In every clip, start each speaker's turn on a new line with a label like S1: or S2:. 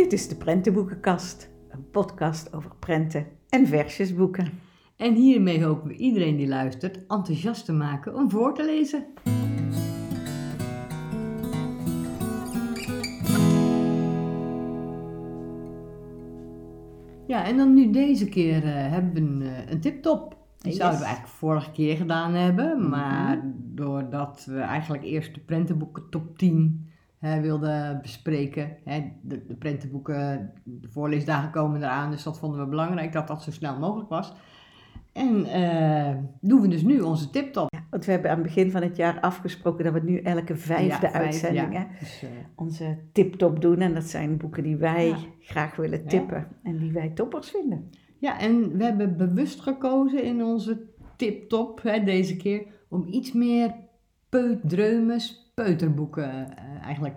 S1: Dit is de Prentenboekenkast, een podcast over prenten en versjesboeken.
S2: En hiermee hopen we iedereen die luistert enthousiast te maken om voor te lezen. Ja, en dan nu deze keer hebben we een tiptop. Die zouden we eigenlijk vorige keer gedaan hebben, maar doordat we eigenlijk eerst de prentenboeken top 10 wilden bespreken. De prentenboeken, de voorleesdagen komen eraan, dus dat vonden we belangrijk dat dat zo snel mogelijk was. En doen we dus nu onze tiptop.
S1: Ja, want we hebben aan het begin van het jaar afgesproken dat we nu elke vijfde uitzending
S2: Dus,
S1: onze tiptop doen. En dat zijn boeken die wij graag willen tippen en die wij toppers vinden.
S2: Ja, en we hebben bewust gekozen in onze tiptop deze keer om iets meer peuterboeken eigenlijk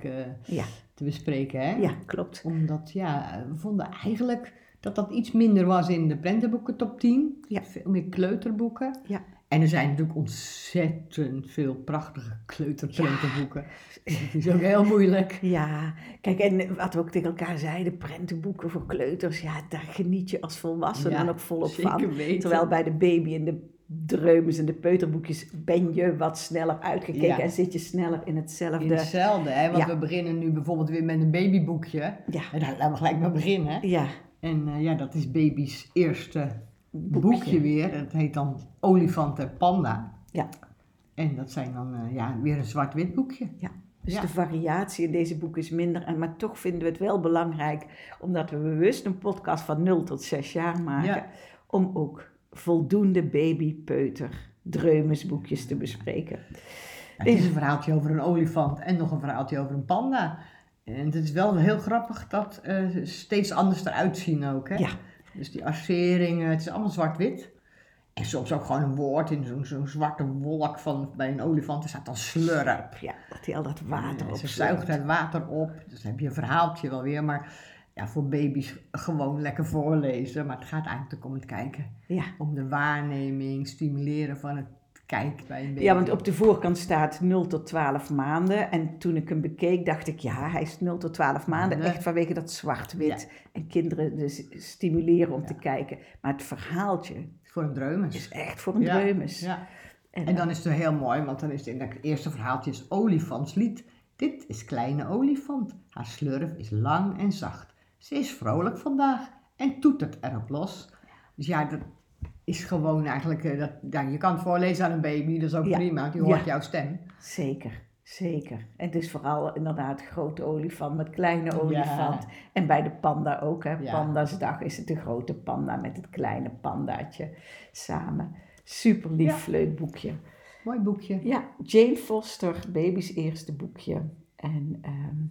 S2: te bespreken. Hè?
S1: Ja, klopt.
S2: Omdat we vonden eigenlijk dat iets minder was in de prentenboeken top 10.
S1: Ja.
S2: Veel meer kleuterboeken.
S1: Ja.
S2: En er zijn natuurlijk ontzettend veel prachtige kleuterprentenboeken. Ja. Dat is ook heel moeilijk.
S1: Ja, kijk, en wat we ook tegen elkaar zeiden, prentenboeken voor kleuters, ja, daar geniet je als volwassene dan ook volop van.
S2: Weten.
S1: Terwijl bij de baby en de dreumes en de peuterboekjes ben je wat sneller uitgekeken en zit je sneller in hetzelfde.
S2: In hetzelfde, hè? Want we beginnen nu bijvoorbeeld weer met een babyboekje.
S1: Ja.
S2: En daar laten we gelijk maar beginnen. Hè?
S1: Ja.
S2: En dat is baby's eerste boekje weer. Dat heet dan Olifant en Panda.
S1: Ja.
S2: En dat zijn dan weer een zwart-wit boekje.
S1: Ja. Dus de variatie in deze boeken is minder. Maar toch vinden we het wel belangrijk, omdat we bewust een podcast van 0 tot 6 jaar maken, om ook voldoende baby-peuter dreumesboekjes te bespreken.
S2: Het is een verhaaltje over een olifant en nog een verhaaltje over een panda. En het is wel heel grappig dat ze steeds anders eruit zien ook. Hè?
S1: Ja.
S2: Dus die arceringen, het is allemaal zwart-wit. En soms ook gewoon een woord in zo'n zwarte wolk bij een olifant. Er staat dan slurp.
S1: Ja, dat hij al dat water op
S2: ze zuigt het water op. Dus dan heb je een verhaaltje wel weer. Maar voor baby's gewoon lekker voorlezen. Maar het gaat eigenlijk om het kijken.
S1: Ja.
S2: Om de waarneming, stimuleren van het kijken bij een baby.
S1: Ja, want op de voorkant staat 0 tot 12 maanden. En toen ik hem bekeek, dacht ik, hij is 0 tot 12 maanden. Echt vanwege dat zwart-wit. Ja. En kinderen dus stimuleren om te kijken. Maar het verhaaltje
S2: voor een dreumes.
S1: Is echt voor een dreumes.
S2: Ja. En dan is het heel mooi, want dan is het in het eerste verhaaltje is Olifantslied. Dit is kleine olifant. Haar slurf is lang en zacht. Ze is vrolijk vandaag en toetert erop los. Dus dat is gewoon eigenlijk, je kan het voorlezen aan een baby, dat is ook prima, die hoort jouw stem.
S1: Zeker. En het is vooral inderdaad grote olifant met kleine olifant. Ja. En bij de panda ook, hè. Pandasdag is het de grote panda met het kleine pandaatje samen. Super lief, leuk boekje.
S2: Mooi boekje.
S1: Ja, Jane Foster, baby's eerste boekje. En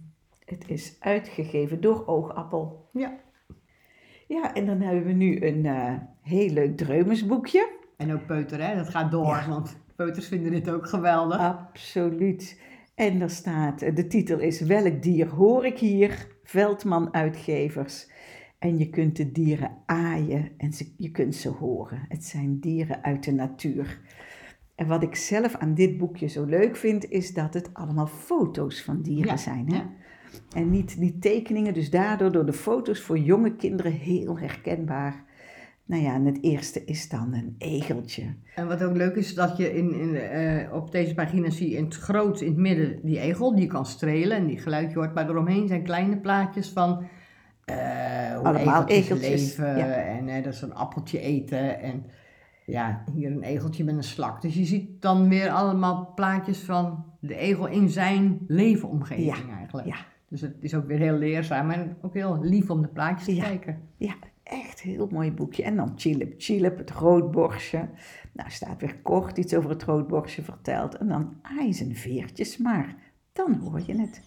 S1: het is uitgegeven door Oogappel.
S2: Ja.
S1: Ja, en dan hebben we nu een heel leuk dreumesboekje.
S2: En ook peuter, hè? Dat gaat door, want peuters vinden dit ook geweldig.
S1: Absoluut. En daar staat, de titel is Welk dier hoor ik hier? Veldman Uitgevers. En je kunt de dieren aaien en je kunt ze horen. Het zijn dieren uit de natuur. En wat ik zelf aan dit boekje zo leuk vind, is dat het allemaal foto's van dieren zijn. Hè? Ja. En niet tekeningen, dus daardoor door de foto's voor jonge kinderen heel herkenbaar. En het eerste is dan een egeltje.
S2: En wat ook leuk is, dat je op deze pagina zie je in het groot, in het midden, die egel, die kan strelen en die geluidje hoort. Maar eromheen zijn kleine plaatjes van hoe
S1: allemaal
S2: egeltjes leven en dat ze een appeltje eten. En hier een egeltje met een slak. Dus je ziet dan weer allemaal plaatjes van de egel in zijn leefomgeving eigenlijk. Ja. Dus het is ook weer heel leerzaam en ook heel lief om de plaatjes te kijken.
S1: Ja, echt heel mooi boekje. En dan Chilip, het roodborstje. Nou, staat weer kort iets over het roodborstje verteld. En dan zijn veertjes maar. Dan hoor je het.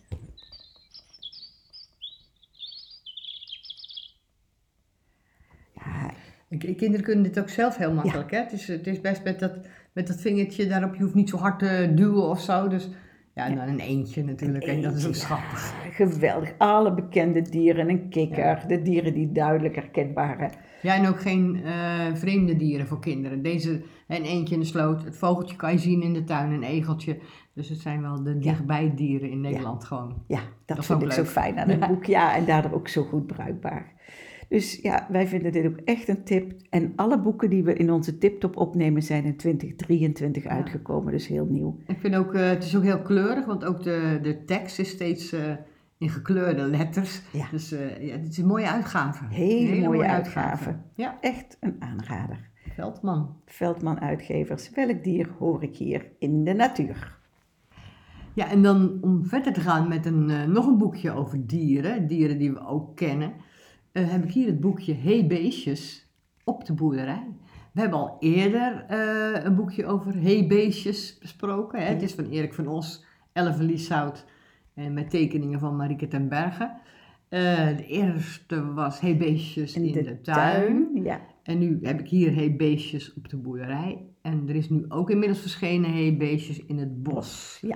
S2: Ja. Kinderen kunnen dit ook zelf heel makkelijk. Hè? Het is best met dat vingertje daarop. Je hoeft niet zo hard te duwen of zo. Dus Ja, en dan een eendje natuurlijk. En dat is ook schattig.
S1: Geweldig. Alle bekende dieren. Een kikker. De dieren die duidelijk herkenbaar waren.
S2: Ja, en ook geen vreemde dieren voor kinderen. Deze, een eendje in de sloot. Het vogeltje kan je zien in de tuin. Een egeltje. Dus het zijn wel de dichtbij dieren in Nederland gewoon.
S1: Ja, dat
S2: is
S1: vind
S2: ook
S1: ik zo
S2: leuk.
S1: fijn aan het boek. Ja, en daardoor ook zo goed bruikbaar. Dus ja, wij vinden dit ook echt een tip. En alle boeken die we in onze tiptop opnemen zijn in 2023 uitgekomen. Dus heel nieuw.
S2: Ik vind ook, het is ook heel kleurig, want ook de tekst is steeds in gekleurde letters.
S1: Ja.
S2: Dus het is een mooie uitgave.
S1: Hele mooie uitgave.
S2: Ja,
S1: Echt een aanrader.
S2: Veldman.
S1: Veldman Uitgevers. Welk dier hoor ik hier in de natuur?
S2: Ja, en dan om verder te gaan met nog een boekje over dieren. Dieren die we ook kennen. Heb ik hier het boekje Hey Beestjes op de boerderij. We hebben al eerder een boekje over Hey Beestjes besproken. Hè? Het is van Erik van Os, Elve Lieshout en met tekeningen van Marieke ten Berge. De eerste was Hey Beestjes in de tuin.
S1: Ja.
S2: En nu heb ik hier Hey Beestjes op de boerderij. En er is nu ook inmiddels verschenen Hey Beestjes in het bos.
S1: Ja.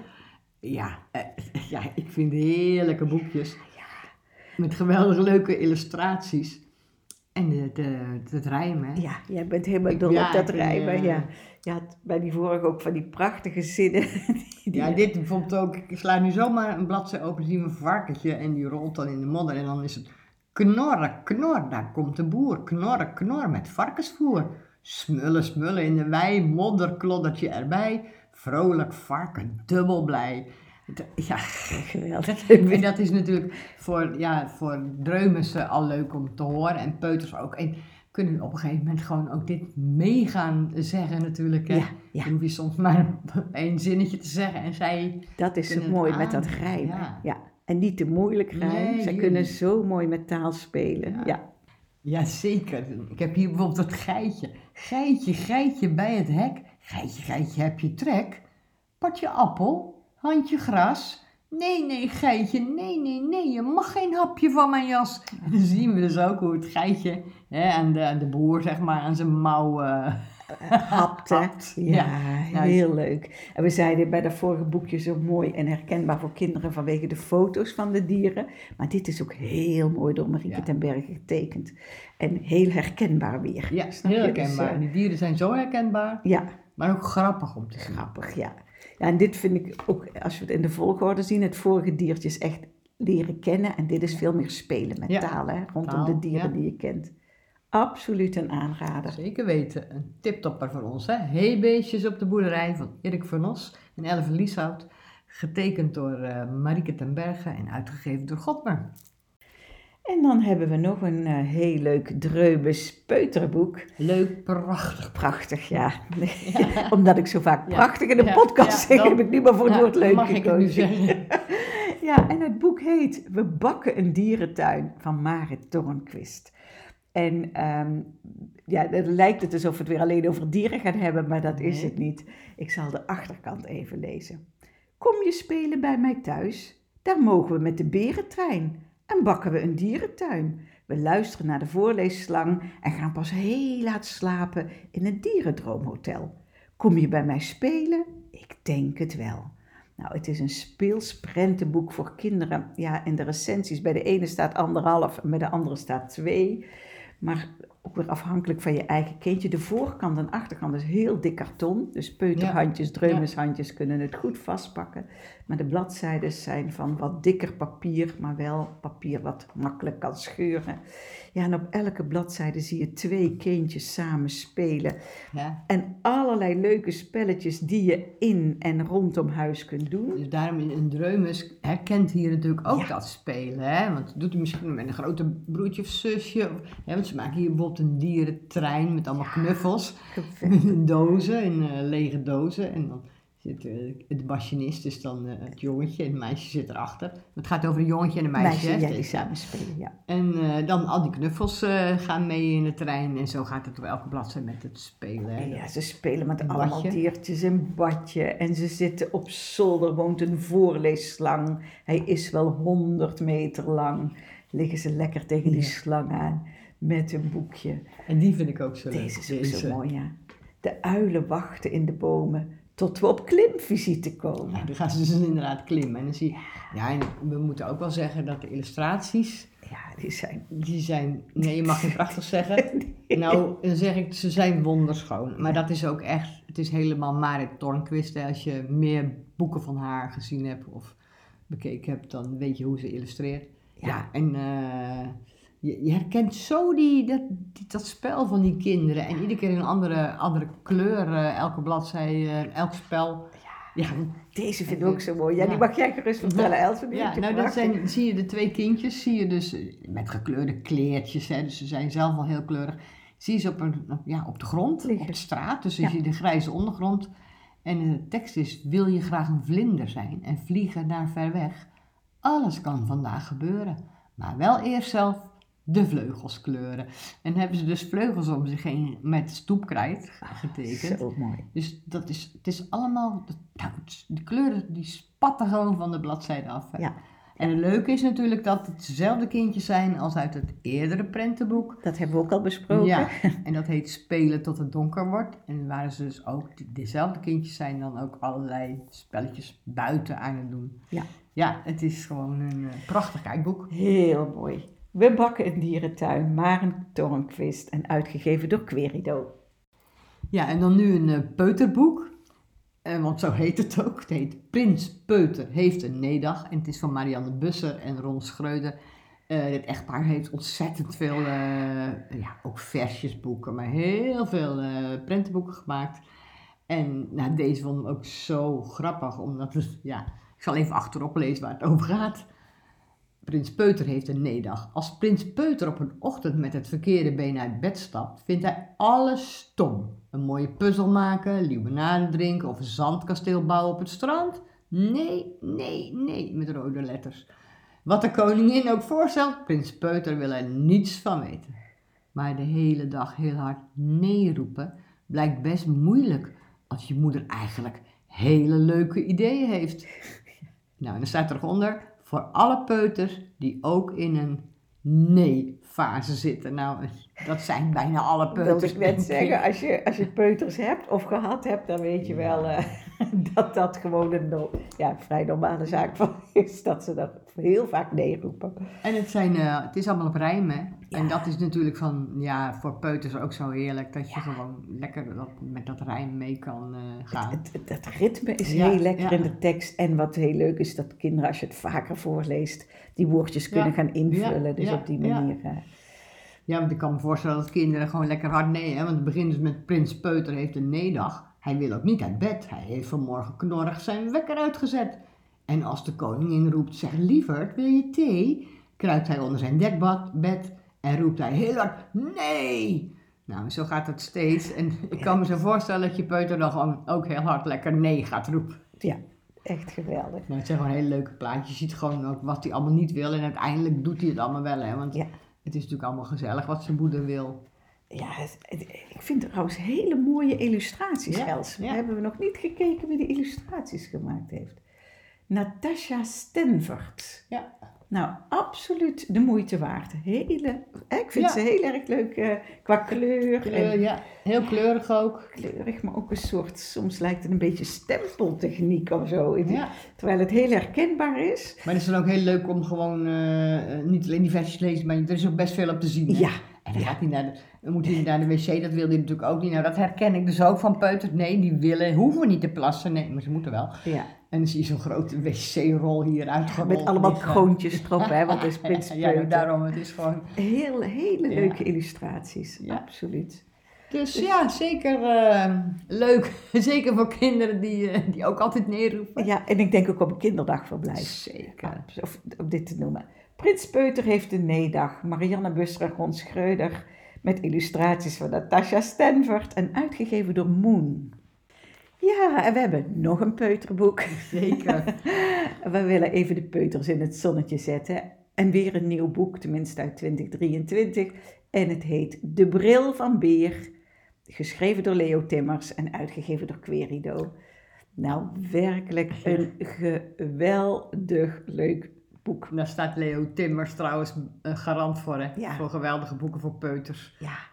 S2: Ja, ik vind heerlijke boekjes. Met geweldige leuke illustraties. En het rijmen.
S1: Ja, jij bent helemaal dol op dat rijmen. Ja. Je had bij die vorige ook van die prachtige zinnen.
S2: Ja, dit bijvoorbeeld ook. Ik sla nu zomaar een bladzijde open, zie een varkentje en die rolt dan in de modder. En dan is het knorren, knor, daar komt de boer. Knorren, knor met varkensvoer. Smullen, smullen in de wei, modder, kloddertje erbij. Vrolijk varken, dubbel blij. Ja,
S1: geweldig.
S2: En dat is natuurlijk voor dreumes al leuk om te horen en peuters ook. En kunnen op een gegeven moment gewoon ook dit mee gaan zeggen natuurlijk. Hè?
S1: Ja.
S2: Dan hoef je soms maar één zinnetje te zeggen en zij...
S1: Dat is zo mooi met dat rijmen. Ja. En niet te moeilijk rijmen. Zij kunnen zo mooi met taal spelen.
S2: Ja, zeker. Ik heb hier bijvoorbeeld dat geitje. Geitje, geitje bij het hek. Geitje, geitje, heb je trek? Patje appel, handje gras. Nee, geitje, nee, je mag geen hapje van mijn jas. En dan zien we dus ook hoe het geitje aan de boer, zeg maar, aan zijn mouw
S1: hapt. Ja, heel leuk. En we zeiden bij dat vorige boekje zo mooi en herkenbaar voor kinderen vanwege de foto's van de dieren. Maar dit is ook heel mooi door Marieke ten Berge getekend. En heel herkenbaar weer.
S2: Ja, heel herkenbaar.
S1: Dus,
S2: die dieren zijn zo herkenbaar.
S1: Ja.
S2: Maar ook grappig om te zien.
S1: Grappig, ja. Ja, en dit vind ik ook, als we het in de volgorde zien, het vorige diertje is echt leren kennen. En dit is veel meer spelen met taal, hè, rondom de dieren die je kent. Absoluut een aanrader.
S2: Zeker weten. Een tiptopper voor ons, hè. Hey Beestjes op de boerderij van Erik van Os en Elve Lieshout. Getekend door Marieke ten Berge en uitgegeven door Godmer.
S1: En dan hebben we nog een heel leuk Dreubes peuterboek.
S2: Leuk, prachtig.
S1: Prachtig, ja. Omdat ik zo vaak prachtig in de podcast zeg, heb ik niet meer voor het woord leuk
S2: mag
S1: gekozen.
S2: Ik het nu zeggen.
S1: Ja, en het boek heet We bakken een dierentuin van Marit Tornquist. En het lijkt het alsof we het weer alleen over dieren gaan hebben, maar dat is het niet. Ik zal de achterkant even lezen. Kom je spelen bij mij thuis? Daar mogen we met de berentrein. En bakken we een dierentuin. We luisteren naar de voorleesslang en gaan pas heel laat slapen in het dierendroomhotel. Kom je bij mij spelen? Ik denk het wel. Nou, het is een speels prentenboek voor kinderen. Ja, in de recensies bij de ene staat 1,5 en bij de andere staat 2. Maar ook weer afhankelijk van je eigen kindje. De voorkant en achterkant is heel dik karton. Dus peuterhandjes, dreumeshandjes kunnen het goed vastpakken. Maar de bladzijden zijn van wat dikker papier, maar wel papier wat makkelijk kan scheuren. Ja, en op elke bladzijde zie je 2 kindjes samen spelen. Ja. En allerlei leuke spelletjes die je in en rondom huis kunt doen.
S2: Dus daarom een dreumes herkent hier natuurlijk ook dat spelen. Hè? Want dat doet hij misschien met een grote broertje of zusje. Want ze maken hier bijvoorbeeld een dierentrein met allemaal knuffels. In dozen, in lege dozen. En dan zit de machinist is dan het jongetje en het meisje zit erachter. Het gaat over een jongetje en een meisje.
S1: Ja, die samen spelen, ja.
S2: En dan al die knuffels gaan mee in de trein. En zo gaat het op elke bladzijde met het spelen. Hè?
S1: Ja, ze spelen met allemaal diertjes in badje. En ze zitten op zolder, woont een voorleesslang. Hij is wel 100 meter lang. Liggen ze lekker tegen die slang aan met een boekje.
S2: En die vind ik ook zo leuk.
S1: Deze is ook zo mooi, ja. De uilen wachten in de bomen. tot we op klimvisite komen.
S2: Ja, dan gaan ze dus inderdaad klimmen. En dan zie je, ja, en we moeten ook wel zeggen dat de illustraties,
S1: Ja,
S2: die zijn, nee, je mag geen prachtig zeggen. Nou, dan zeg ik, ze zijn wonderschoon. Maar dat is ook echt, het is helemaal Marit Tornquist. Hè. Als je meer boeken van haar gezien hebt of bekeken hebt, dan weet je hoe ze illustreert. Ja, en je herkent zo dat spel van die kinderen. En iedere keer een andere kleur, elke bladzij, elk spel. Ja,
S1: Deze vind ik ook zo mooi. Ja, die mag jij gerust vertellen, Els.
S2: Ja, nou zie je de twee kindjes, zie je dus met gekleurde kleertjes, hè, dus ze zijn zelf al heel kleurig. Zie je ze op de grond,
S1: liggen
S2: op de straat, dus je ziet de grijze ondergrond. En de tekst is, wil je graag een vlinder zijn en vliegen naar ver weg? Alles kan vandaag gebeuren, maar wel eerst zelf de vleugels kleuren. En hebben ze dus vleugels om zich heen met stoepkrijt getekend.
S1: Zo mooi.
S2: Dus het is allemaal, de kleuren die spatten gewoon van de bladzijde af. Hè.
S1: Ja.
S2: En het leuke is natuurlijk dat het dezelfde kindjes zijn als uit het eerdere prentenboek.
S1: Dat hebben we ook al besproken.
S2: Ja, en dat heet Spelen tot het donker wordt. En waren ze dus ook, dezelfde kindjes zijn dan ook allerlei spelletjes buiten aan het doen.
S1: Ja.
S2: Ja, het is gewoon een prachtig kijkboek.
S1: Heel mooi. We bakken een dierentuin, Maren Tornquist en uitgegeven door Querido.
S2: Ja, en dan nu een peuterboek. Want zo heet het ook. Het heet Prins Peuter heeft een needag. En het is van Marianne Busser en Ron Schreuder. Het echtpaar heeft ontzettend veel, ook versjesboeken, maar heel veel prentenboeken gemaakt. En nou, deze vond ik ook zo grappig, omdat het, ik zal even achterop lezen waar het over gaat. Prins Peuter heeft een needag. Als Prins Peuter op een ochtend met het verkeerde been uit bed stapt, vindt hij alles stom. Een mooie puzzel maken, limonade drinken of een zandkasteel bouwen op het strand? Nee, nee, nee, met rode letters. Wat de koningin ook voorstelt, Prins Peuter wil er niets van weten. Maar de hele dag heel hard nee roepen blijkt best moeilijk als je moeder eigenlijk hele leuke ideeën heeft. Nou, en dan staat eronder, voor alle peuters die ook in een nee-fase zitten. Nou, dat zijn bijna alle peuters.
S1: Dat wil ik net zeggen, als je peuters hebt of gehad hebt, dan weet je wel dat gewoon een vrij normale zaak van is. Dat ze dat heel vaak nee roepen.
S2: En het is allemaal op rijm, hè. Ja. En dat is natuurlijk voor peuters ook zo heerlijk. Dat je gewoon lekker met dat rijm mee kan gaan.
S1: Het ritme is heel lekker in de tekst. En wat heel leuk is, dat kinderen, als je het vaker voorleest, die woordjes kunnen gaan invullen. Dus op die manier...
S2: Ja, want ik kan me voorstellen dat kinderen gewoon lekker hard nee, hè. Want het begint dus met Prins Peuter heeft een needag. Hij wil ook niet uit bed. Hij heeft vanmorgen knorrig zijn wekker uitgezet. En als de koningin roept, zeg lieverd, wil je thee? Kruipt hij onder zijn dekbed en roept hij heel hard, nee! Nou, zo gaat het steeds. En ik kan me zo voorstellen dat je peuter dan gewoon ook heel hard lekker nee gaat roepen.
S1: Ja, echt geweldig.
S2: Nou, het zijn gewoon hele leuke plaatjes. Je ziet gewoon ook wat hij allemaal niet wil. En uiteindelijk doet hij het allemaal wel, hè. Want het is natuurlijk allemaal gezellig wat zijn moeder wil.
S1: Ja, ik vind trouwens hele mooie illustraties, Els. We hebben nog niet gekeken wie de illustraties gemaakt heeft. Natasha Stenvert.
S2: Ja.
S1: Nou, absoluut de moeite waard. Ik vind ze heel erg leuk qua kleur.
S2: Heel kleurig ook.
S1: Kleurig, maar ook een soort, soms lijkt het een beetje stempeltechniek of zo. Terwijl het heel herkenbaar is.
S2: Maar het is dan ook heel leuk om gewoon niet alleen die versjes te lezen, maar er is ook best veel op te zien. Hè?
S1: Ja.
S2: En dan moet hij naar de wc, dat wil hij natuurlijk ook niet. Nou, dat herken ik dus ook van peuters. Nee, die hoeven niet te plassen. Nee, maar ze moeten wel.
S1: Ja.
S2: En dan zie je zo'n grote wc-rol hier uitgerold.
S1: Met allemaal kroontjes erop, hè, want het is Prins Peuter.
S2: Ja, daarom, het is gewoon...
S1: Hele leuke illustraties, absoluut.
S2: Dus ja, zeker leuk. Zeker voor kinderen die ook altijd neerroepen.
S1: Ja, en ik denk ook op een kinderdagverblijf.
S2: Zeker.
S1: Of om dit te noemen. Prins Peuter heeft een needag. Marianne Busser en Ron Schreuder. Met illustraties van Natasha Stenvert en uitgegeven door Moon. Ja, en we hebben nog een peuterboek.
S2: Zeker.
S1: We willen even de peuters in het zonnetje zetten. En weer een nieuw boek, tenminste uit 2023. En het heet De Bril van Beer. Geschreven door Leo Timmers en uitgegeven door Querido. Nou, werkelijk een geweldig leuk boek.
S2: Daar staat Leo Timmers trouwens garant voor, hè?
S1: Ja.
S2: Voor geweldige boeken voor peuters.
S1: Ja.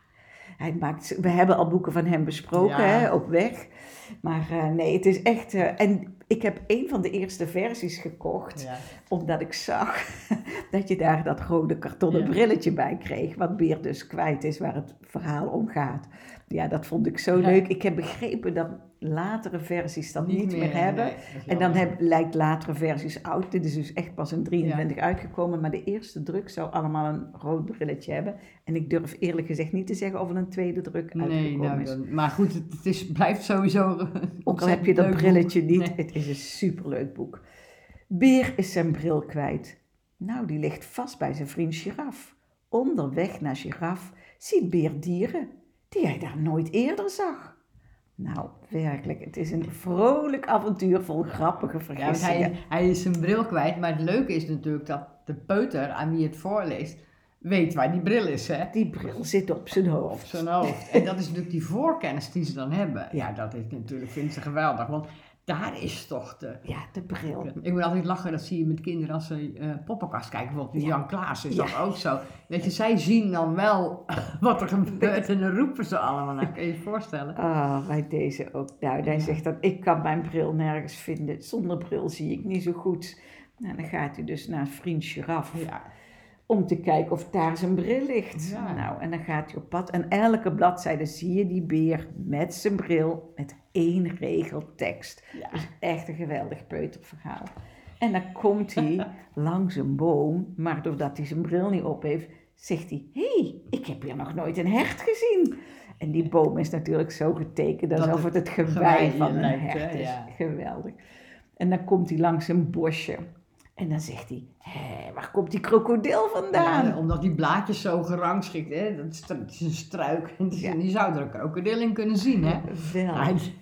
S1: We hebben al boeken van hem besproken,
S2: Ja.
S1: hè, op weg. Maar nee, het is echt... en ik heb een van de eerste versies gekocht,
S2: Ja.
S1: omdat ik zag dat je daar dat rode kartonnen
S2: Ja.
S1: brilletje bij kreeg, wat Beer dus kwijt is, waar het verhaal om gaat. Ja, dat vond ik zo
S2: Ja.
S1: leuk. Ik heb begrepen dat latere versies dat niet meer hebben.
S2: nee, dat is
S1: En dan
S2: jammer.
S1: lijkt latere versies oud. Dit is dus echt pas in 23 uitgekomen. Maar de eerste druk zou allemaal een rood brilletje hebben. En ik durf eerlijk gezegd niet te zeggen of er een tweede druk
S2: Nee,
S1: uitgekomen
S2: nou,
S1: is.
S2: maar goed, blijft sowieso
S1: Ook al heb je dat
S2: leuk
S1: brilletje
S2: boek.
S1: niet,
S2: Nee.
S1: het is een superleuk boek. Beer is zijn bril kwijt. Nou, die ligt vast bij zijn vriend Giraf. Onderweg naar Giraf ziet Beer dieren die hij daar nooit eerder zag. Nou, werkelijk, het is een vrolijk avontuur vol grappige
S2: Ja, want
S1: vergissingen.
S2: hij is zijn bril kwijt, maar het leuke is natuurlijk dat de peuter aan wie het voorleest, weet waar die bril is, hè?
S1: Die bril zit op zijn
S2: Op
S1: hoofd.
S2: zijn hoofd. En dat is natuurlijk die voorkennis die ze dan hebben. Ja, dat is natuurlijk, vindt ze geweldig, want daar is toch de...
S1: Ja, de bril.
S2: Ik moet altijd lachen, dat zie je met kinderen als ze poppenkast kijken. Bijvoorbeeld met
S1: Ja.
S2: Jan Klaas is
S1: Ja.
S2: dat ook zo. Weet je, zij zien dan wel wat er gebeurt en dan roepen ze allemaal. Nou, kun je je voorstellen.
S1: Ah, bij deze ook. Nou, hij zegt dan, ik kan mijn bril nergens vinden. Zonder bril zie ik niet zo goed. Nou, dan gaat hij dus naar vriend Giraf
S2: Ja.
S1: om te kijken of daar zijn bril ligt.
S2: Ja.
S1: Nou, en dan gaat hij op pad. En elke bladzijde zie je die beer met zijn bril met 1 regel tekst.
S2: Ja.
S1: Dus echt een geweldig peuterverhaal. En dan komt hij langs een boom, maar doordat hij zijn bril niet op heeft, zegt hij, hé, ik heb hier nog nooit een hert gezien. En die boom is natuurlijk zo getekend alsof het gewei
S2: gewei
S1: van een
S2: lijkt,
S1: hert
S2: hè,
S1: is.
S2: ja.
S1: Geweldig. En dan komt hij langs een bosje. En dan zegt hij, hé, waar komt die krokodil vandaan?
S2: Ja, omdat die blaadjes zo gerangschikt, hè? Het is een struik. En je zou er een krokodil in kunnen zien, hè?
S1: Wel.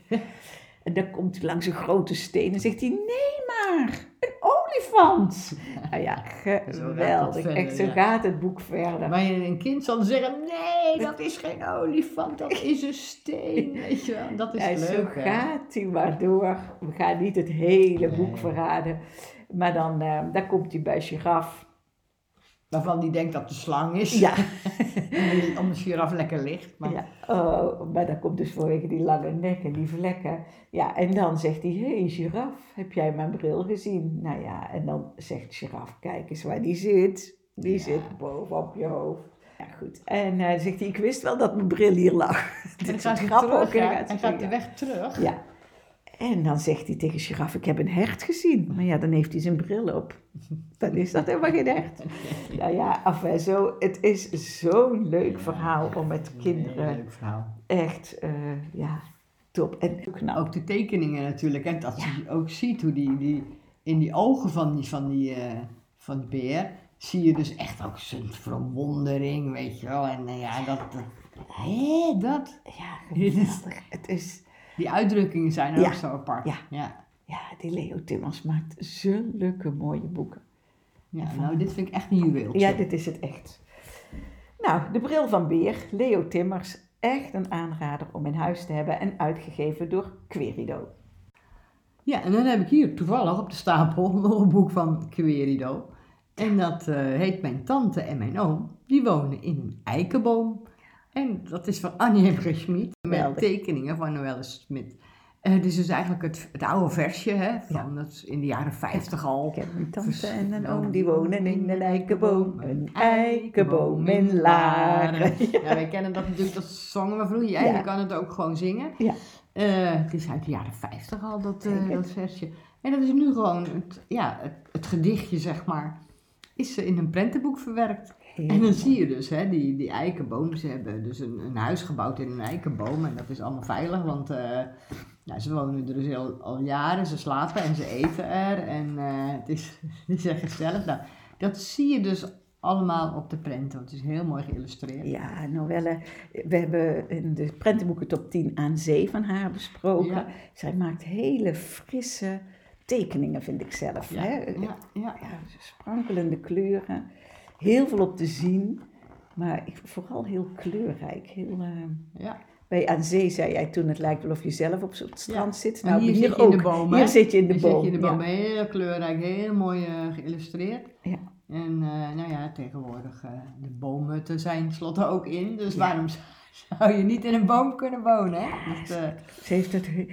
S1: En dan komt hij langs een grote steen en zegt hij, nee maar, een olifant. Nou ja, geweldig.
S2: verder,
S1: Echt, zo
S2: ja.
S1: gaat het boek verder.
S2: Maar een kind zal zeggen, nee, dat is geen olifant, dat is een steen, weet je wel. Dat is
S1: Ja, zo
S2: leuk, hè?
S1: gaat hij maar door. We gaan niet het hele boek
S2: Nee.
S1: verraden. Maar dan komt hij bij Giraf.
S2: Waarvan die denkt dat de slang is.
S1: Ja.
S2: Omdat de giraf lekker ligt. Maar...
S1: Ja, oh, maar dan komt dus vanwege die lange nek en die vlekken. Ja, en dan zegt hij, hé Giraf, heb jij mijn bril gezien? Nou ja, en dan zegt Giraf, kijk eens waar die zit. Die zit bovenop je hoofd. Ja, goed. En dan zegt hij, ik wist wel dat mijn bril hier lag.
S2: En
S1: Dit
S2: dan
S1: is
S2: gaat hij
S1: grappig
S2: terug,
S1: ook, hè?
S2: hij gaat de weg terug.
S1: Ja. En dan zegt hij tegen Giraf, ik heb een hert gezien. Maar ja, dan heeft hij zijn bril op. Dan is dat helemaal geen hert. Nou ja, enfin, zo, het is zo'n leuk verhaal om met kinderen
S2: Heel leuk verhaal.
S1: echt, ja, top. En nou,
S2: Ook de tekeningen natuurlijk. En dat je ook ziet hoe die in die ogen van die beer, zie je dus echt ook zijn verwondering, weet je wel. En ja, dat.
S1: ja, geweldig. Het is,
S2: Die uitdrukkingen zijn ook
S1: Ja.
S2: zo apart.
S1: Ja.
S2: Ja.
S1: ja, die Leo Timmers maakt zulke mooie boeken.
S2: Ja, nou, dit vind ik echt een juweeltje.
S1: Ja, dit is het echt. Nou, de bril van Beer, Leo Timmers, echt een aanrader om in huis te hebben en uitgegeven door Querido.
S2: Ja, en dan heb ik hier toevallig op de stapel nog een boek van Querido. En dat heet Mijn tante en mijn oom. Die wonen in een eikenboom. En dat is van Annie M. G. Schmid. Met
S1: Geweldig.
S2: tekeningen van Noelle Smit. Dit is dus eigenlijk het oude versje, hè, van dat is in de jaren 50 al.
S1: Ik heb een tante en een oom, die wonen in een eikenboom. Een eikenboom in Laren.
S2: Ja, wij kennen dat natuurlijk, dat zongen we vroeger. Ja,
S1: Ja.
S2: je kan het ook gewoon zingen.
S1: Ja.
S2: Het is uit de jaren 50 al, dat
S1: Zeker.
S2: versje. En dat is nu gewoon het gedichtje, zeg maar, is in een prentenboek verwerkt. En dan zie je dus, hè, die eikenboom, ze hebben dus een huis gebouwd in een eikenboom. En dat is allemaal veilig, want ze wonen er dus al jaren, ze slapen en ze eten er. En het is echt gezellig. Nou, dat zie je dus allemaal op de prenten, want het is heel mooi geïllustreerd.
S1: Ja, Noelle, we hebben in de prentenboeken top 10 aan zee van haar besproken.
S2: Ja.
S1: Zij maakt hele frisse tekeningen, vind ik zelf.
S2: Ja,
S1: Hè?
S2: ja.
S1: Ja, sprankelende kleuren, heel veel op te zien, maar vooral heel kleurrijk. Heel,
S2: Ja.
S1: bij aan zee zei jij toen, het lijkt wel of je zelf op het strand zit.
S2: Maar
S1: Nou,
S2: hier zit je
S1: ook.
S2: in de boom, hè?
S1: Hier zit je in de
S2: Hier
S1: boom.
S2: zit je in de boom,
S1: Ja.
S2: heel kleurrijk, heel mooi geïllustreerd.
S1: Ja.
S2: En nou ja, tegenwoordig, de boomhutten zijn tenslotte ook in, dus waarom zou je niet in een boom kunnen wonen, hè? Dus,
S1: Ze heeft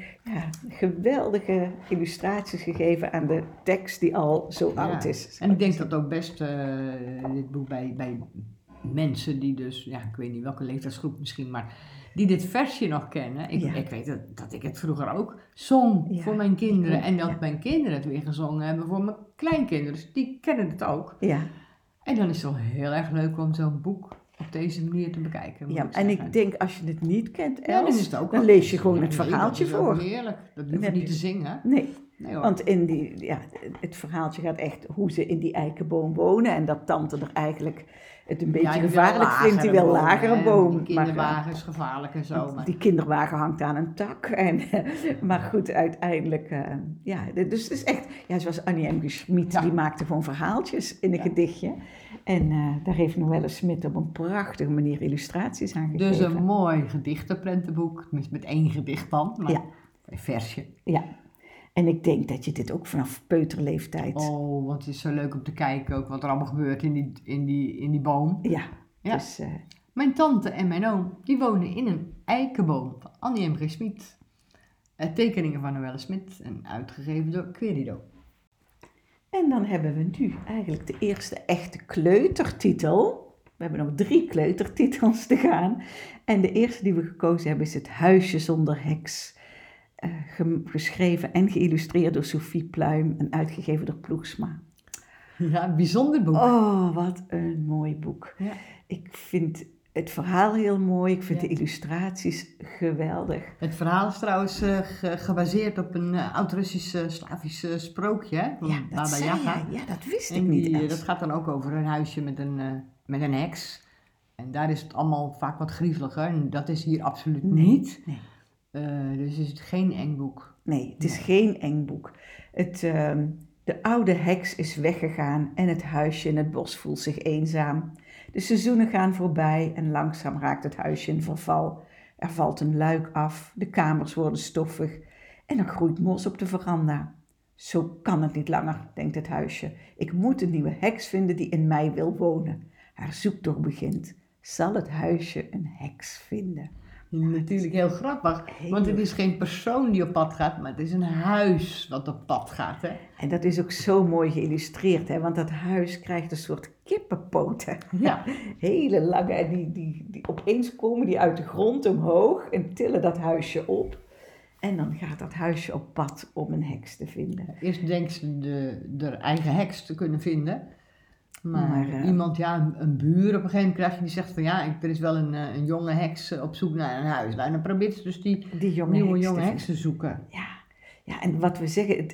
S1: geweldige illustraties gegeven aan de tekst die al zo oud is.
S2: En ik denk dat ook best dit boek bij mensen die dus, ik weet niet welke leeftijdsgroep misschien, maar die dit versje nog kennen. Ik weet dat ik het vroeger ook zong voor mijn kinderen. En dat mijn kinderen het weer gezongen hebben voor mijn kleinkinderen. Dus die kennen het ook.
S1: Ja.
S2: En dan is het wel heel erg leuk om zo'n boek op deze manier te bekijken.
S1: Ja, en ik denk als je het niet kent, Els,
S2: dan, is het ook
S1: dan lees je gewoon het verhaaltje voor.
S2: Dat is heerlijk. Dat hoef je niet te zingen.
S1: Nee,
S2: hoor.
S1: Want het verhaaltje gaat echt hoe ze in die eikenboom wonen. En dat tante er eigenlijk het een beetje gevaarlijk vindt. Die wel lagere boom.
S2: Die kinderwagen is gevaarlijk en zo. Maar...
S1: Die kinderwagen hangt aan een tak. Maar goed, uiteindelijk... dus het is echt... Ja, zoals Annie M. G. Schmid, die maakte gewoon verhaaltjes in een gedichtje. En daar heeft Noelle Smit op een prachtige manier illustraties aan gegeven.
S2: Dus een mooi gedichtenprentenboek. Tenminste met 1 gedicht dan, maar een versje.
S1: Ja. En ik denk dat je dit ook vanaf peuterleeftijd...
S2: Oh, want het is zo leuk om te kijken ook wat er allemaal gebeurt in die boom.
S1: Ja. Dus,
S2: mijn tante en mijn oom, die wonen in een eikenboom van Annie M. G. Schmid. Tekeningen van Noelle Smit en uitgegeven door Querido.
S1: En dan hebben we nu eigenlijk de eerste echte kleutertitel. We hebben nog 3 kleutertitels te gaan. En de eerste die we gekozen hebben is Het Huisje zonder Heks. Geschreven en geïllustreerd door Sophie Pluim en uitgegeven door Ploegsma.
S2: Ja, een bijzonder boek.
S1: Oh, wat een mooi boek.
S2: Ja.
S1: Ik vind het verhaal heel mooi. Ik vind de illustraties geweldig.
S2: Het verhaal is trouwens gebaseerd op een oud-Russisch Slavisch sprookje. Hè, van Baba Yaga.
S1: Ja, dat wist ik niet.
S2: Dat gaat dan ook over een huisje met een heks. En daar is het allemaal vaak wat griezeliger. En dat is hier absoluut niet.
S1: Nee.
S2: Dus is het geen eng boek.
S1: Nee, het is geen eng boek. De oude heks is weggegaan en het huisje in het bos voelt zich eenzaam. De seizoenen gaan voorbij en langzaam raakt het huisje in verval. Er valt een luik af, de kamers worden stoffig en er groeit mos op de veranda. Zo kan het niet langer, denkt het huisje. Ik moet een nieuwe heks vinden die in mij wil wonen. Haar zoektocht begint. Zal het huisje een heks vinden?
S2: Natuurlijk heel grappig, want het is geen persoon die op pad gaat, maar het is een huis wat op pad gaat. Hè?
S1: En dat is ook zo mooi geïllustreerd, hè? Want dat huis krijgt een soort kippenpoten.
S2: Ja.
S1: Hele lange, en die opeens komen die uit de grond omhoog en tillen dat huisje op. En dan gaat dat huisje op pad om een heks te vinden.
S2: Eerst denkt ze de eigen heks te kunnen vinden. Maar iemand, een buur op een gegeven moment krijg je die zegt van er is wel een jonge heks op zoek naar een huis. Nou, en dan probeert ze dus die jonge heks te zoeken.
S1: Ja, en wat we zeggen,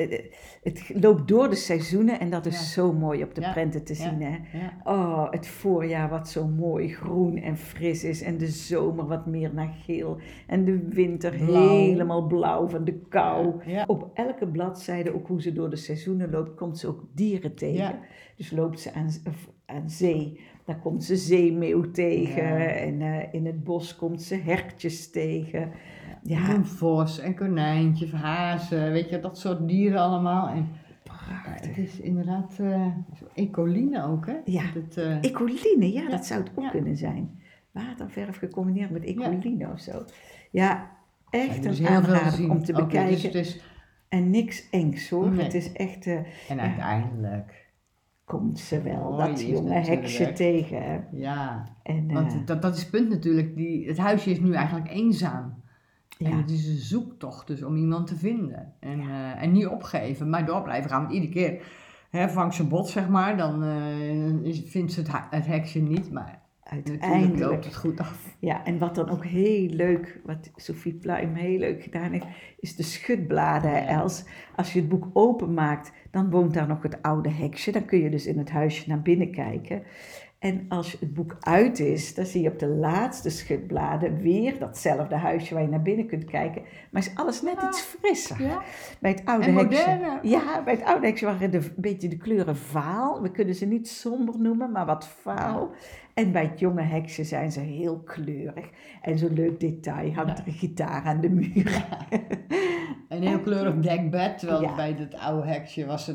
S1: het loopt door de seizoenen en dat is zo mooi op de prenten te zien. Hè? Ja. Oh, het voorjaar wat zo mooi groen en fris is en de zomer wat meer naar geel en de winter helemaal blauw van de kou. Ja. Op elke bladzijde, ook hoe ze door de seizoenen loopt, komt ze ook dieren tegen. Ja. Dus loopt ze aan zee, dan komt ze zeemeeuw tegen en in het bos komt ze hertjes tegen.
S2: Ja. Een vos en konijntje, hazen, weet je, dat soort dieren allemaal. En het is inderdaad ecoline ook, hè?
S1: Ja, ecoline, dat zou het ook kunnen zijn. Waterverf gecombineerd met ecoline of zo. Ja, echt een aanrader om te bekijken. Dus en niks engs hoor, het is echt...
S2: en uiteindelijk...
S1: komt ze wel dat jonge heksje tegen. Hè?
S2: Ja, want dat is het punt natuurlijk. Het huisje is nu eigenlijk eenzaam. En het is een zoektocht dus om iemand te vinden. En niet opgeven, maar door blijven gaan. Want iedere keer vangt ze bot, zeg maar. Dan vindt ze het heksje niet, maar uiteindelijk loopt het goed af.
S1: Ja, en wat dan ook heel leuk, wat Sophie Pluim heel leuk gedaan heeft, is de schutbladen, Els. Als je het boek openmaakt, dan woont daar nog het oude heksje. Dan kun je dus in het huisje naar binnen kijken. En als het boek uit is, dan zie je op de laatste schutbladen weer datzelfde huisje waar je naar binnen kunt kijken. Maar is alles net iets frisser. Ja. Bij het oude heksje. Ja, bij het oude heksje waren een beetje de kleuren vaal. We kunnen ze niet somber noemen, maar wat vaal. En bij het jonge heksje zijn ze heel kleurig. En zo'n leuk detail, hangt er een gitaar aan de muur.
S2: Ja. Een heel kleurig dekbed, terwijl bij het oude heksje was het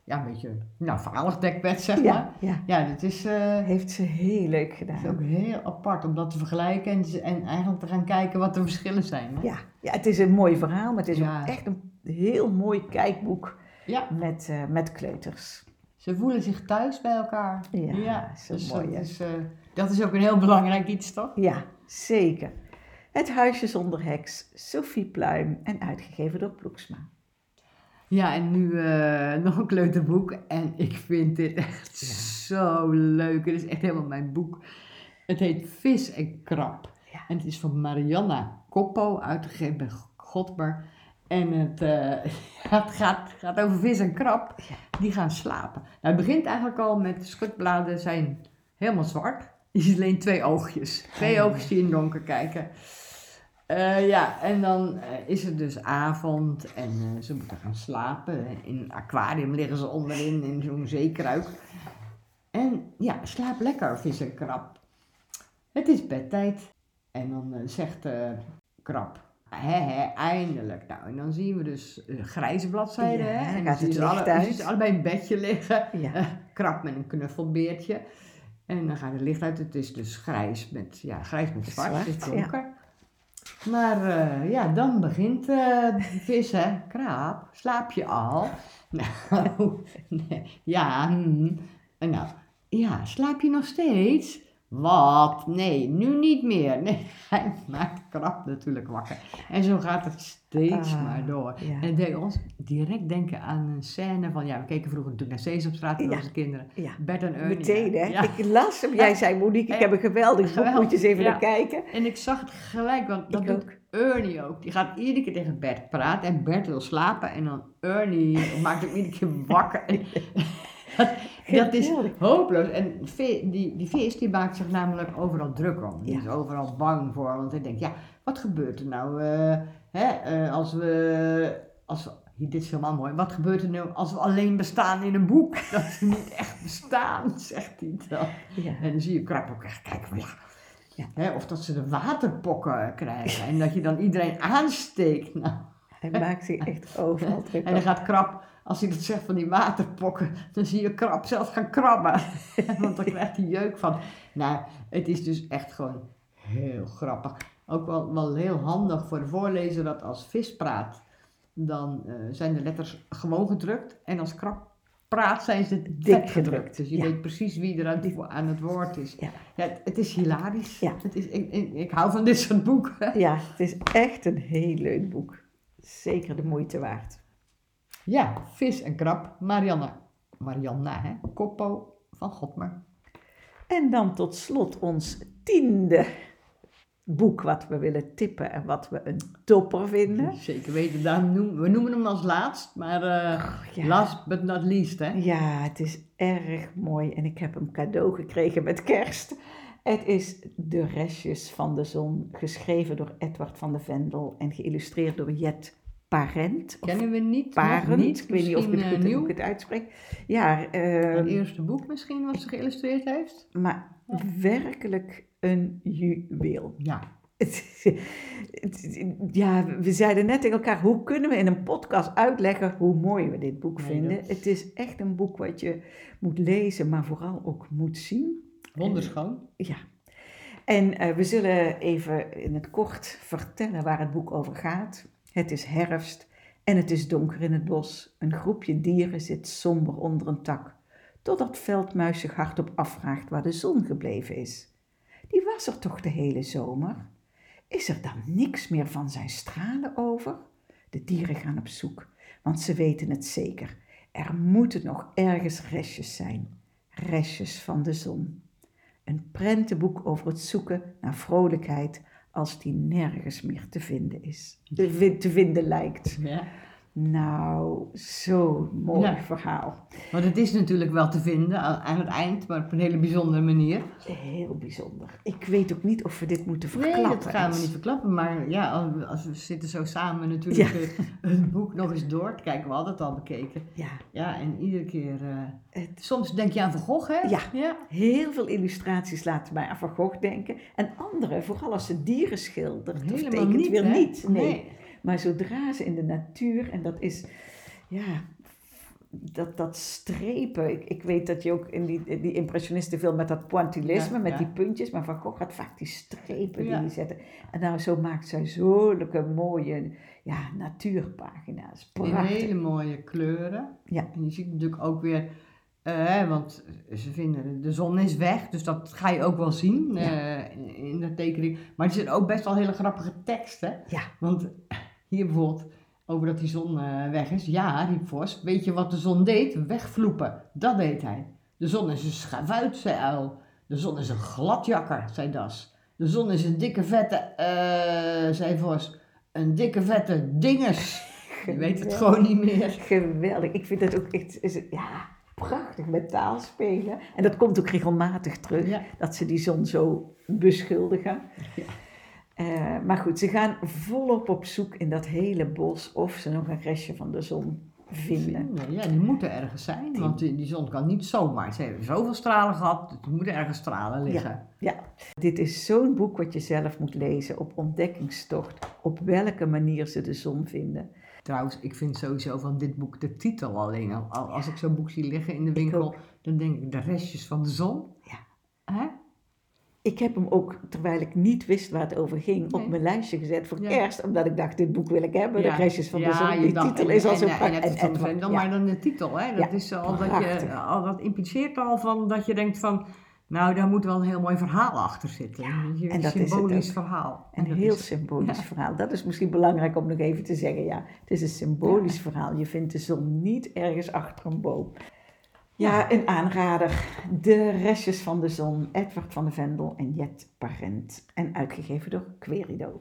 S2: een beetje, verhalig dekbed, zeg maar.
S1: Ja, ja.
S2: Ja, dat is,
S1: Heeft ze heel leuk
S2: is
S1: gedaan.
S2: ook heel apart om dat te vergelijken en eigenlijk te gaan kijken wat de verschillen zijn. Hè?
S1: Ja, het is een mooi verhaal, maar het is
S2: Ja.
S1: ook echt een heel mooi kijkboek
S2: Ja,
S1: met kleuters.
S2: ze voelen zich thuis bij elkaar.
S1: Ja, zo
S2: dus
S1: mooi, hè?
S2: dat is ook een heel belangrijk iets, toch?
S1: Ja, zeker. Het huisje zonder heks, Sophie Pluim en uitgegeven door Ploeksma.
S2: Ja, en nu nog een kleuterboek. En ik vind dit echt zo leuk. Het is echt helemaal mijn boek. Het heet Vis en Krab.
S1: Ja.
S2: En het is van Marianna Koppo, uitgegeven bij Godmer. En het gaat over vis en krab. Die gaan slapen. Nou, het begint eigenlijk al met de schutbladen zijn helemaal zwart. Je ziet alleen 2 oogjes. 2 oogjes die in het donker kijken. En dan is het dus avond en ze moeten gaan slapen. In een aquarium liggen ze onderin in zo'n zeekruik. En ja, slaap lekker, vis en krab. Het is bedtijd. En dan zegt krab, eindelijk. Nou, en dan zien we dus grijze bladzijden.
S1: Ja,
S2: hè? En
S1: gaat het
S2: zie
S1: licht
S2: je
S1: uit.
S2: ze allebei in een bedje liggen.
S1: Ja.
S2: Krab met een knuffelbeertje. En dan gaat het licht uit. Het is dus grijs met zwart. Het is donker. Maar dan begint de vis, hè. Krab, slaap je al? Nou, nee, ja, En nou, ja, slaap je nog steeds? Wat? Nee, nu niet meer. Nee, hij maakt krab natuurlijk wakker. En zo gaat het steeds maar door.
S1: Ja.
S2: En het deed ons direct denken aan een scène van, we keken vroeger natuurlijk naar Sesamstraat met onze kinderen.
S1: Ja.
S2: Bert en Ernie.
S1: Meteen, hè?
S2: Ja.
S1: Ik las hem. Jij zei, Monique, ik heb een geweldig boek. Moet je eens even
S2: Ja.
S1: naar kijken.
S2: En ik zag het gelijk, want dat
S1: Ik
S2: doet
S1: ook.
S2: Ernie ook. Die gaat iedere keer tegen Bert praten en Bert wil slapen en dan Ernie maakt hem iedere keer wakker. En dat is hopeloos. En die vis die maakt zich namelijk overal druk om. Die
S1: Ja.
S2: is overal bang voor, want hij denkt, wat gebeurt er nou dit is helemaal mooi. Wat gebeurt er nou als we alleen bestaan in een boek? Dat we niet echt bestaan, zegt hij dan.
S1: Ja.
S2: En dan zie je krab ook echt kijken van
S1: Ja.
S2: of dat ze de waterpokken krijgen en dat je dan iedereen aansteekt. Nou.
S1: Hij maakt zich echt overal druk
S2: En dan
S1: op.
S2: gaat krab, als hij dat zegt van die waterpokken, dan zie je krab zelf gaan krabben. Want dan krijgt hij jeuk van. Nou, het is dus echt gewoon heel grappig. Ook wel heel handig voor de voorlezer dat als vis praat, dan zijn de letters gewoon gedrukt. En als krab praat zijn ze dik gedrukt. Dus je weet precies wie er aan het woord is.
S1: Ja.
S2: Ja, het is hilarisch.
S1: Ja.
S2: Het is, ik hou van dit soort boeken.
S1: Ja, het is echt een heel leuk boek. Zeker de moeite waard.
S2: Ja, vis en krab. Marianna, hè? Koppo van Godmer.
S1: En dan tot slot ons 10e boek wat we willen tippen en wat we een topper vinden.
S2: Zeker weten, we noemen hem als laatst, maar
S1: ja.
S2: last but not least, hè?
S1: Ja, het is erg mooi en ik heb hem cadeau gekregen met kerst. Het is De Restjes van de Zon, geschreven door Edward van de Vendel en geïllustreerd door Jet Parent.
S2: Kennen we niet,
S1: Parent,
S2: nog niet.
S1: ik weet niet of ik het goed
S2: nieuw.
S1: hoe ik het uitspreek. Ja,
S2: Het eerste boek misschien wat ze geïllustreerd heeft.
S1: maar werkelijk een juweel.
S2: Ja.
S1: Ja, we zeiden net tegen elkaar, hoe kunnen we in een podcast uitleggen hoe mooi we dit boek vinden?
S2: dat-
S1: Het is echt een boek wat je moet lezen, maar vooral ook moet zien.
S2: Wonderschoon.
S1: Ja. En we zullen even in het kort vertellen waar het boek over gaat. Het is herfst en het is donker in het bos. Een groepje dieren zit somber onder een tak, totdat Veldmuis zich hardop afvraagt waar de zon gebleven is. Die was er toch de hele zomer? Is er dan niks meer van zijn stralen over? De dieren gaan op zoek, want ze weten het zeker. Er moeten nog ergens restjes zijn. Restjes van de zon. Een prentenboek over het zoeken naar vrolijkheid als die nergens meer te vinden is. Te vinden lijkt.
S2: Ja.
S1: Nou, zo'n mooi verhaal.
S2: Want het is natuurlijk wel te vinden aan het eind, maar op een hele bijzondere manier.
S1: Heel bijzonder. Ik weet ook niet of we dit moeten verklappen.
S2: Nee, dat gaan we niet verklappen. Maar ja, als we zitten zo samen natuurlijk het boek nog eens door te kijken. We hadden het al bekeken.
S1: Ja.
S2: Ja, en iedere keer... soms denk je aan Van Gogh, hè?
S1: Ja. Heel veel illustraties laten mij aan Van Gogh denken. En andere, vooral als ze dieren schildert, of
S2: Helemaal
S1: tekent
S2: niet,
S1: weer
S2: hè?
S1: niet. Nee.
S2: Nee.
S1: Maar zodra ze in de natuur, en dat is, ja, dat strepen. Ik weet dat je ook in die impressionisten veel met dat pointillisme, met die puntjes, maar Van Gogh had vaak die strepen die hij zette. En nou, zo maakt zij zulke mooie natuurpagina's. Prachtig.
S2: In hele mooie kleuren.
S1: Ja.
S2: En je ziet natuurlijk ook weer, want ze vinden de zon is weg, dus dat ga je ook wel zien in de tekening. Maar er zitten ook best wel hele grappige teksten.
S1: Ja.
S2: Want hier bijvoorbeeld, over dat die zon weg is. Ja, riep Vos, weet je wat de zon deed? Wegvloepen. Dat deed hij. De zon is een schavuit, zei Uil. De zon is een gladjakker, zei Das. De zon is een dikke vette, zei Vos. Een dikke vette dinges. Je weet het gewoon niet meer.
S1: Geweldig. Ik vind dat ook echt prachtig met taal spelen. En dat komt ook regelmatig terug, dat ze die zon zo beschuldigen.
S2: Ja.
S1: Maar goed, ze gaan volop op zoek in dat hele bos of ze nog een restje van de zon vinden.
S2: Ja, die moeten ergens zijn, want die zon kan niet zomaar. Ze hebben zoveel stralen gehad, er moeten ergens stralen liggen.
S1: Ja. Dit is zo'n boek wat je zelf moet lezen op ontdekkingstocht, op welke manier ze de zon vinden.
S2: Trouwens, ik vind sowieso van dit boek de titel alleen. Als ik zo'n boek zie liggen in de winkel, dan denk ik de restjes van de zon.
S1: Ja.
S2: Hè?
S1: Ik heb hem ook, terwijl ik niet wist waar het over ging, op mijn lijstje gezet voor het eerst. Omdat ik dacht, dit boek wil ik hebben, de restjes van de zon. Die titel is al zo prachtig.
S2: Maar dan de titel, hè? Dat is al dat impliceert al van dat je denkt van, nou, daar moet wel een heel mooi verhaal achter zitten.
S1: En dat
S2: symbolisch
S1: is het
S2: verhaal.
S1: Een heel symbolisch verhaal. Dat is misschien belangrijk om nog even te zeggen. Ja, het is een symbolisch verhaal. Je vindt de zon niet ergens achter een boom. Ja, een aanrader. De restjes van de zon. Edward van de Vendel en Jet Parent. En uitgegeven door Querido.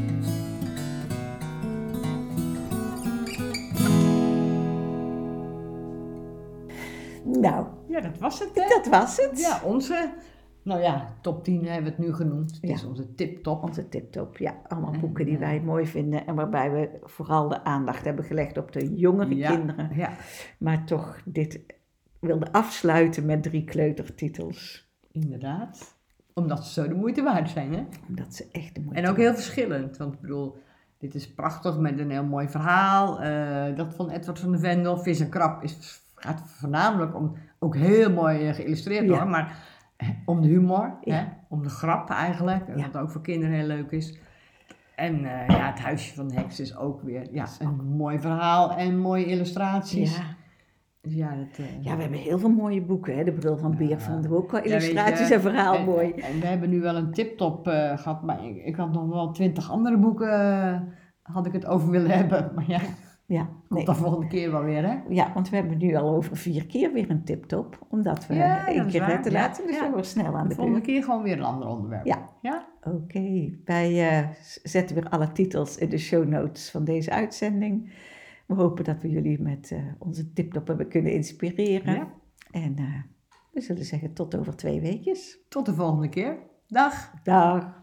S1: Nou.
S2: Ja, dat was het, hè?
S1: Dat was het.
S2: Ja, onze... Nou ja, top 10 hebben we het nu genoemd. Het is onze tiptop.
S1: Onze tiptop, ja. Allemaal boeken die wij mooi vinden. En waarbij we vooral de aandacht hebben gelegd op de jongere kinderen.
S2: Ja.
S1: Maar toch dit wilde afsluiten met 3 kleutertitels.
S2: Inderdaad. Omdat ze zo de moeite waard zijn, hè?
S1: Omdat ze echt de moeite
S2: En ook heel verschillend. Want ik bedoel, dit is prachtig met een heel mooi verhaal. Dat van Edward van de Vendel, Vis en Krab, gaat voornamelijk om... Ook heel mooi geïllustreerd hoor, maar... Om de humor, hè? Om de grap eigenlijk, wat ook voor kinderen heel leuk is. En het huisje van de heks is ook weer een mooi verhaal en mooie illustraties.
S1: Ja.
S2: Dus we
S1: hebben heel veel mooie boeken. Hè? De Bril van Beer vonden we ook qua illustraties en verhaal mooi.
S2: En we hebben nu wel een tiptop gehad, maar ik had nog wel 20 andere boeken had ik het over willen hebben. Maar komt de volgende keer wel weer, hè?
S1: Ja, want we hebben nu al over 4 keer weer een tiptop. Omdat we 1 keer redden laten, dus we snel aan de
S2: volgende keer gewoon weer een ander onderwerp.
S1: Ja. Oké. Wij zetten weer alle titels in de show notes van deze uitzending. We hopen dat we jullie met onze tiptop hebben kunnen inspireren. Ja. En we zullen zeggen tot over 2 weekjes.
S2: Tot de volgende keer. Dag.
S1: Dag.